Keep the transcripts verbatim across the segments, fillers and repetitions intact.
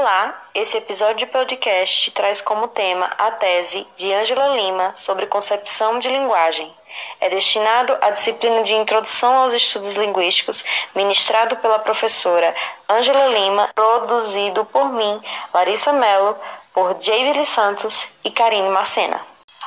Olá, esse episódio de podcast traz como tema a tese de Ângela Lima sobre concepção de linguagem. É destinado à disciplina de Introdução aos Estudos Linguísticos, ministrado pela professora Ângela Lima, produzido por mim, Larissa Mello, por Jayville Santos e Karine Macena.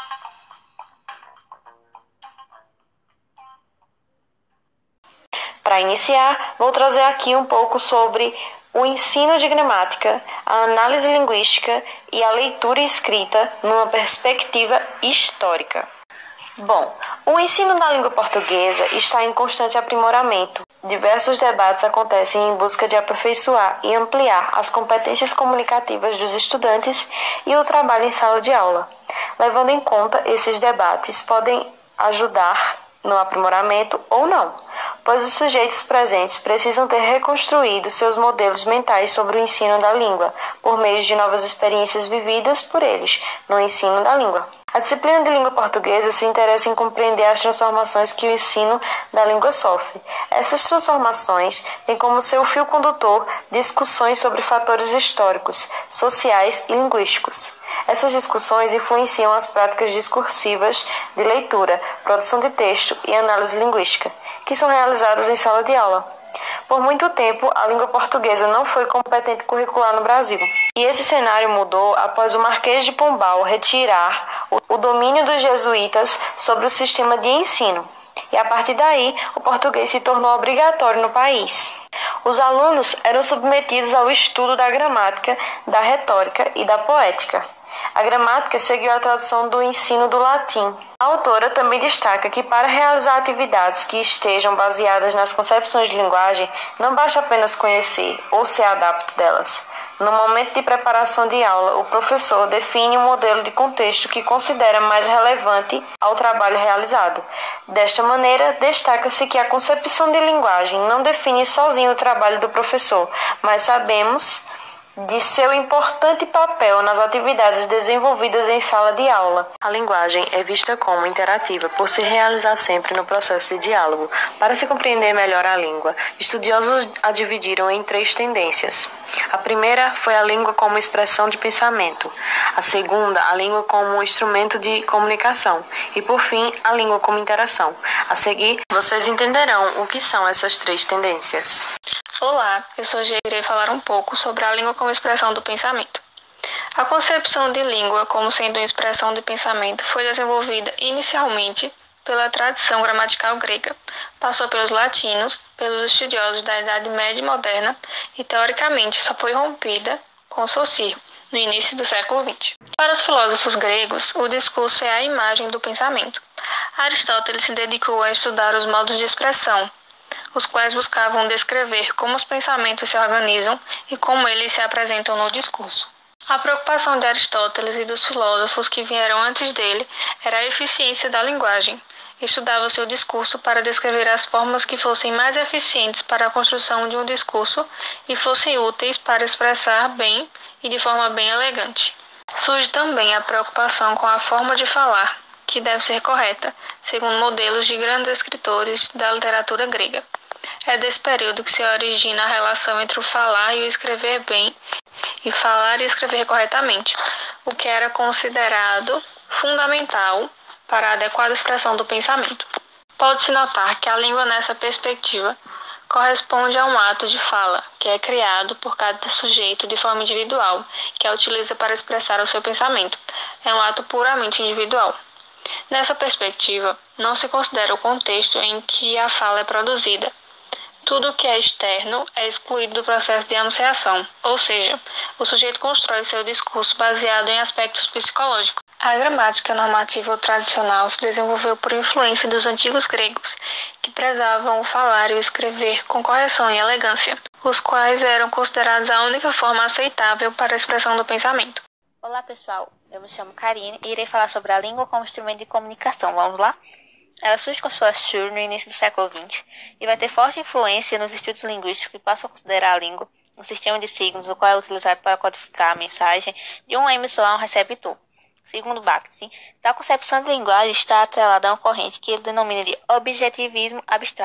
Para iniciar, vou trazer aqui um pouco sobre o ensino de gramática, a análise linguística e a leitura escrita numa perspectiva histórica. Bom, o ensino da língua portuguesa está em constante aprimoramento. Diversos debates acontecem em busca de aperfeiçoar e ampliar as competências comunicativas dos estudantes e o trabalho em sala de aula. Levando em conta, esses debates podem ajudar no aprimoramento ou não, pois os sujeitos presentes precisam ter reconstruído seus modelos mentais sobre o ensino da língua, por meio de novas experiências vividas por eles no ensino da língua. A disciplina de língua portuguesa se interessa em compreender as transformações que o ensino da língua sofre. Essas transformações têm como seu fio condutor discussões sobre fatores históricos, sociais e linguísticos. Essas discussões influenciam as práticas discursivas de leitura, produção de texto e análise linguística, que são realizadas em sala de aula. Por muito tempo, a língua portuguesa não foi competente curricular no Brasil. E esse cenário mudou após o Marquês de Pombal retirar o domínio dos jesuítas sobre o sistema de ensino. E a partir daí, o português se tornou obrigatório no país. Os alunos eram submetidos ao estudo da gramática, da retórica e da poética. A gramática seguiu a tradição do ensino do latim. A autora também destaca que para realizar atividades que estejam baseadas nas concepções de linguagem, não basta apenas conhecer ou ser adepto delas. No momento de preparação de aula, o professor define um modelo de contexto que considera mais relevante ao trabalho realizado. Desta maneira, destaca-se que a concepção de linguagem não define sozinho o trabalho do professor, mas sabemos de seu importante papel nas atividades desenvolvidas em sala de aula. A linguagem é vista como interativa por se realizar sempre no processo de diálogo. Para se compreender melhor a língua, estudiosos a dividiram em três tendências. A primeira foi a língua como expressão de pensamento, a segunda, a língua como um instrumento de comunicação e, por fim, a língua como interação. A seguir, vocês entenderão o que são essas três tendências. Olá, eu sou Gê e irei falar um pouco sobre a língua como expressão do pensamento. A concepção de língua como sendo uma expressão de pensamento foi desenvolvida inicialmente pela tradição gramatical grega, passou pelos latinos, pelos estudiosos da Idade Média e Moderna e, teoricamente, só foi rompida com Saussure, no início do século vinte. Para os filósofos gregos, o discurso é a imagem do pensamento. Aristóteles se dedicou a estudar os modos de expressão, os quais buscavam descrever como os pensamentos se organizam e como eles se apresentam no discurso. A preocupação de Aristóteles e dos filósofos que vieram antes dele era a eficiência da linguagem. Estudava-se o discurso para descrever as formas que fossem mais eficientes para a construção de um discurso e fossem úteis para expressar bem e de forma bem elegante. Surge também a preocupação com a forma de falar, que deve ser correta, segundo modelos de grandes escritores da literatura grega. É desse período que se origina a relação entre o falar e o escrever bem, e falar e escrever corretamente, o que era considerado fundamental para a adequada expressão do pensamento. Pode-se notar que a língua nessa perspectiva corresponde a um ato de fala, que é criado por cada sujeito de forma individual, que a utiliza para expressar o seu pensamento. É um ato puramente individual. Nessa perspectiva, não se considera o contexto em que a fala é produzida. Tudo que é externo é excluído do processo de enunciação, ou seja, o sujeito constrói seu discurso baseado em aspectos psicológicos. A gramática normativa tradicional se desenvolveu por influência dos antigos gregos, que prezavam o falar e o escrever com correção e elegância, os quais eram considerados a única forma aceitável para a expressão do pensamento. Olá pessoal, eu me chamo Karine e irei falar sobre a língua como instrumento de comunicação. Vamos lá? Ela surge com sua Saussure no início do século vinte e vai ter forte influência nos estudos linguísticos que passam a considerar a língua um sistema de signos, o qual é utilizado para codificar a mensagem de um emissor a um receptor. Segundo Bakhtin, tal concepção de linguagem está atrelada a uma corrente que ele denomina de objetivismo abstrato.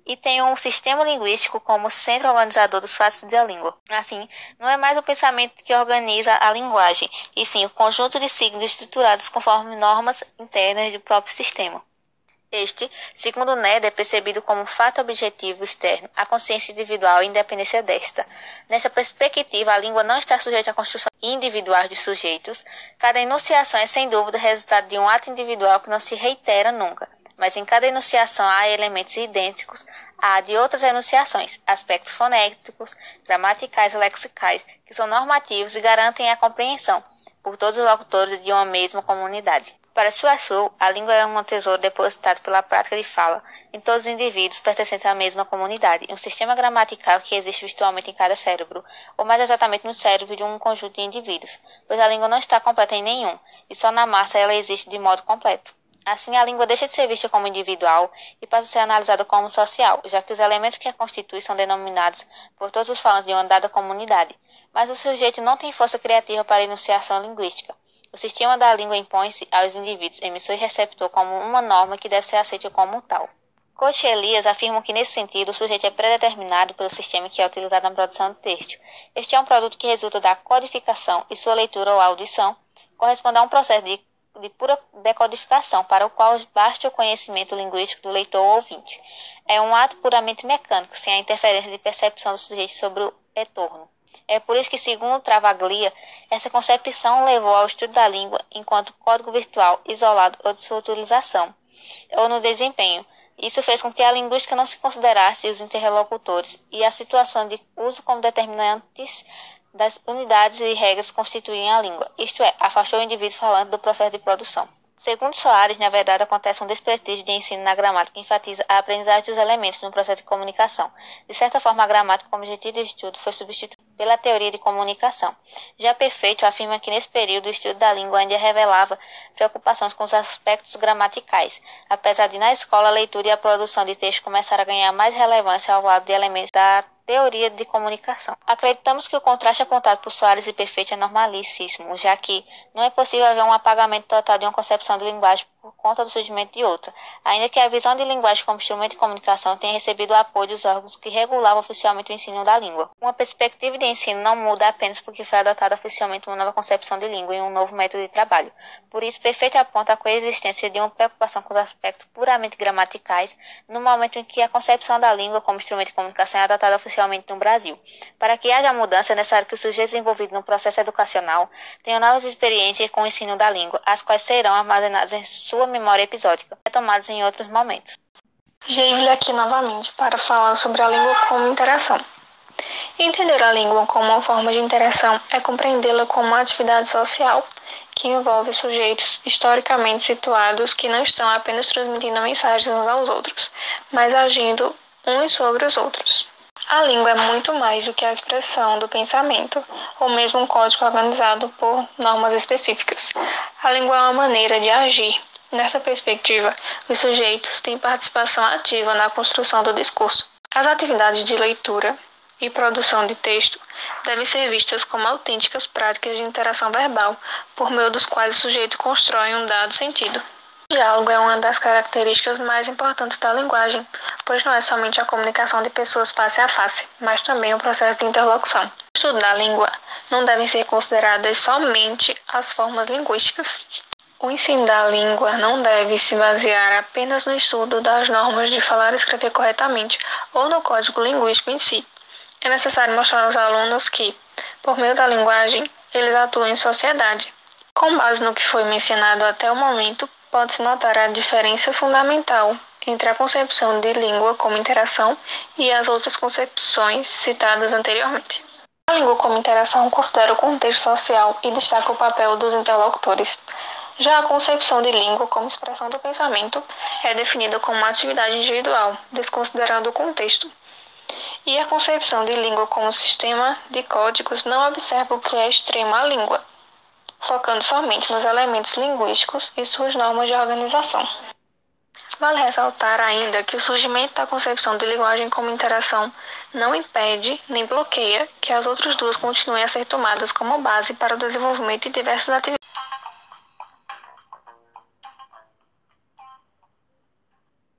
e tem um sistema linguístico como centro organizador dos fatos da língua. Assim, não é mais o pensamento que organiza a linguagem, e sim o conjunto de signos estruturados conforme normas internas do próprio sistema. Este, segundo Neder, é percebido como um fato objetivo externo à consciência individual e independência desta. Nessa perspectiva, a língua não está sujeita à construção individual dos sujeitos. Cada enunciação é, sem dúvida, resultado de um ato individual que não se reitera nunca, mas em cada enunciação há elementos idênticos à de outras enunciações, aspectos fonéticos, gramaticais e lexicais, que são normativos e garantem a compreensão por todos os locutores de uma mesma comunidade. Para Schwarzschild, a língua é um tesouro depositado pela prática de fala em todos os indivíduos pertencentes à mesma comunidade, um sistema gramatical que existe virtualmente em cada cérebro, ou mais exatamente no cérebro de um conjunto de indivíduos, pois a língua não está completa em nenhum, e só na massa ela existe de modo completo. Assim, a língua deixa de ser vista como individual e passa a ser analisada como social, já que os elementos que a constituem são denominados por todos os falantes de uma dada comunidade, mas o sujeito não tem força criativa para a enunciação linguística. O sistema da língua impõe-se aos indivíduos, emissor e receptor, como uma norma que deve ser aceita como tal. Coach e Elias afirmam que, nesse sentido, o sujeito é predeterminado pelo sistema que é utilizado na produção do texto. Este é um produto que resulta da codificação e sua leitura ou audição corresponde a um processo de, de pura decodificação, para o qual basta o conhecimento linguístico do leitor ou ouvinte. É um ato puramente mecânico, sem a interferência de percepção do sujeito sobre o entorno. É por isso que, segundo Travaglia, essa concepção levou ao estudo da língua enquanto código virtual isolado ou de sua utilização, ou no desempenho. Isso fez com que a linguística não se considerasse os interlocutores e a situação de uso como determinantes das unidades e regras que constituem a língua, isto é, afastou o indivíduo falante do processo de produção. Segundo Soares, na verdade, acontece um desprestígio de ensino na gramática que enfatiza a aprendizagem dos elementos no processo de comunicação. De certa forma, a gramática, como objetivo de estudo, foi substituída pela teoria de comunicação. Já Perfeito afirma que, nesse período, o estudo da língua ainda revelava preocupações com os aspectos gramaticais, apesar de, na escola, a leitura e a produção de texto começaram a ganhar mais relevância ao lado de elementos da teoria de comunicação. Acreditamos que o contraste apontado por Soares e Perfeito é normalíssimo, já que não é possível haver um apagamento total de uma concepção de linguagem por conta do surgimento de outra, ainda que a visão de linguagem como instrumento de comunicação tenha recebido o apoio dos órgãos que regulavam oficialmente o ensino da língua. Uma perspectiva de ensino não muda apenas porque foi adotada oficialmente uma nova concepção de língua e um novo método de trabalho. Por isso, Perfeito aponta a coexistência de uma preocupação com os aspectos puramente gramaticais no momento em que a concepção da língua como instrumento de comunicação é adotada oficialmente no Brasil. Para que haja mudança, é necessário que os sujeitos envolvidos no processo educacional tenham novas experiências com o ensino da língua, as quais serão armazenadas em sua memória episódica, retomadas em outros momentos. Geiville aqui novamente para falar sobre a língua como interação. Entender a língua como uma forma de interação é compreendê-la como uma atividade social que envolve sujeitos historicamente situados que não estão apenas transmitindo mensagens uns aos outros, mas agindo uns sobre os outros. A língua é muito mais do que a expressão do pensamento, ou mesmo um código organizado por normas específicas. A língua é uma maneira de agir. Nessa perspectiva, os sujeitos têm participação ativa na construção do discurso. As atividades de leitura e produção de texto devem ser vistas como autênticas práticas de interação verbal, por meio dos quais o sujeito constrói um dado sentido. O diálogo é uma das características mais importantes da linguagem, pois não é somente a comunicação de pessoas face a face, mas também o processo de interlocução. No estudo da língua, não devem ser consideradas somente as formas linguísticas. O ensino da língua não deve se basear apenas no estudo das normas de falar e escrever corretamente, ou no código linguístico em si. É necessário mostrar aos alunos que, por meio da linguagem, eles atuam em sociedade. Com base no que foi mencionado até o momento, pode-se notar a diferença fundamental entre a concepção de língua como interação e as outras concepções citadas anteriormente. A língua como interação considera o contexto social e destaca o papel dos interlocutores. Já a concepção de língua como expressão do pensamento é definida como uma atividade individual, desconsiderando o contexto. E a concepção de língua como sistema de códigos não observa o que é extremo à língua, focando somente nos elementos linguísticos e suas normas de organização. Vale ressaltar ainda que o surgimento da concepção de linguagem como interação não impede nem bloqueia que as outras duas continuem a ser tomadas como base para o desenvolvimento de diversas atividades